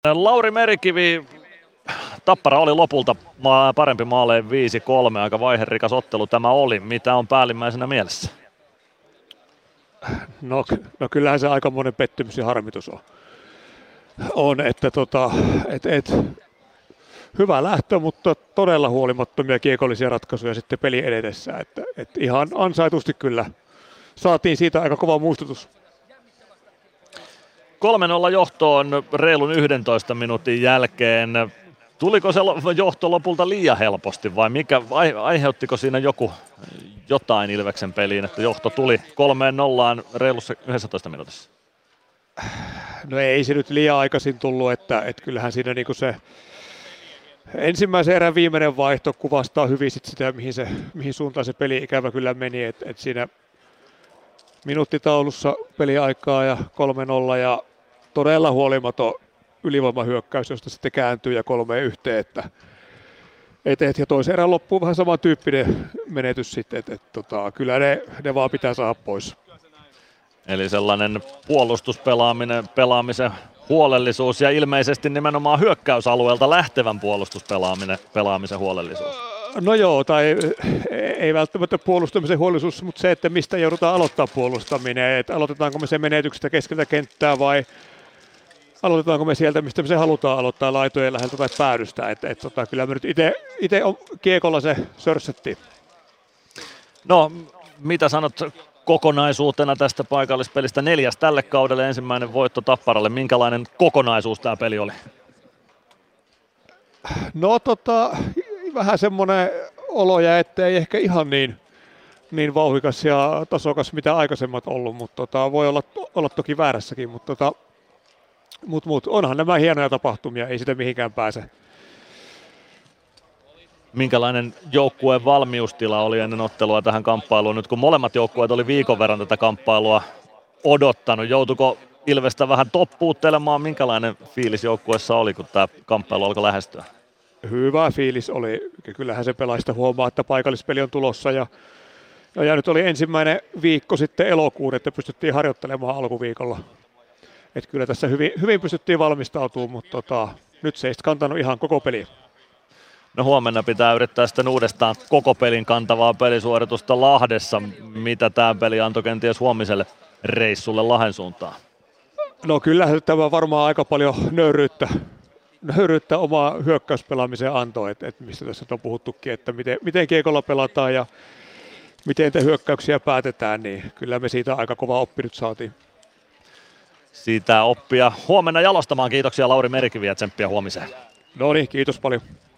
Lauri Merikivi, Tappara oli lopulta parempi maaleen 5-3, aika vaiherikas ottelu tämä oli. Mitä on päällimmäisenä mielessä? No kyllähän se aikamoinen pettymys ja harmitus on että hyvä lähtö, mutta todella huolimattomia kiekollisia ratkaisuja sitten peli edetessä. Että ihan ansaitusti kyllä saatiin siitä aika kova muistutus. 3-0 johtoon reilun 11 minuutin jälkeen. Tuliko se johto lopulta liian helposti vai aiheuttiko siinä jotain Ilveksen peliin, että johto tuli 3-0 reilussa 11 minuutissa? No ei se nyt liian aikaisin tullut, että kyllähän siinä niinku se ensimmäisen erän viimeinen vaihto kuvastaa hyvin sitä, mihin suuntaan se peli ikävä kyllä meni, että siinä minuuttitaulussa peliaikaa ja 3-0 ja todella huolimaton ylivoimahyökkäys, josta sitten kääntyy ja 3-1, että ja toisen erän loppuu vähän samantyyppinen menetys sitten, kyllä ne vaan pitää saada pois. Eli sellainen puolustuspelaamisen huolellisuus ja ilmeisesti nimenomaan hyökkäysalueelta lähtevän puolustuspelaamisen huolellisuus. No joo, tai ei välttämättä puolustamisen huolellisuus, mutta se, että mistä joudutaan aloittaa puolustaminen, että aloitetaanko me sen menetyksestä keskeltä kenttää vai aloitetaanko me sieltä, mistä me se halutaan aloittaa laitojen läheltä tai päädystä, kyllä me nyt itse kiekolla se sörssettiin. No, mitä sanot kokonaisuutena tästä paikallispelistä? 4. tälle kaudelle, ensimmäinen voitto Tapparalle. Minkälainen kokonaisuus tämä peli oli? No vähän semmoinen olo ja ettei ehkä ihan niin vauhdikas ja tasokas mitä aikaisemmat ollut, mutta voi olla toki väärässäkin, mutta onhan nämä hienoja tapahtumia, ei sitä mihinkään pääse. Minkälainen joukkueen valmiustila oli ennen ottelua tähän kamppailuun, nyt kun molemmat joukkueet oli viikon verran tätä kamppailua odottanut? Joutuiko Ilvestä vähän toppuuttelemaan? Minkälainen fiilis joukkueessa oli, kun tämä kamppailu alkoi lähestyä? Hyvä fiilis oli. Kyllähän se pelaajista huomaa, että paikallispeli on tulossa ja nyt oli ensimmäinen viikko sitten elokuun, että pystyttiin harjoittelemaan alkuviikolla. Että kyllä tässä hyvin pystyttiin valmistautumaan, mutta nyt se ei sitten kantanut ihan koko peliä. No huomenna pitää yrittää sitten uudestaan koko pelin kantavaa pelisuoritusta Lahdessa. Mitä tämä peli antoi kenties huomiselle reissulle Lahden suuntaan? No kyllähän tämä varmaan aika paljon nöyryyttä omaa hyökkäyspelaamiseen antoi, että mistä tässä on puhuttukin, että miten kiekolla pelataan ja miten te hyökkäyksiä päätetään, niin kyllä me siitä aika kova oppi nyt saatiin. Siitä oppia huomenna jalostamaan. Kiitoksia Lauri Merikivi ja tsemppiä huomiseen. No niin, kiitos paljon.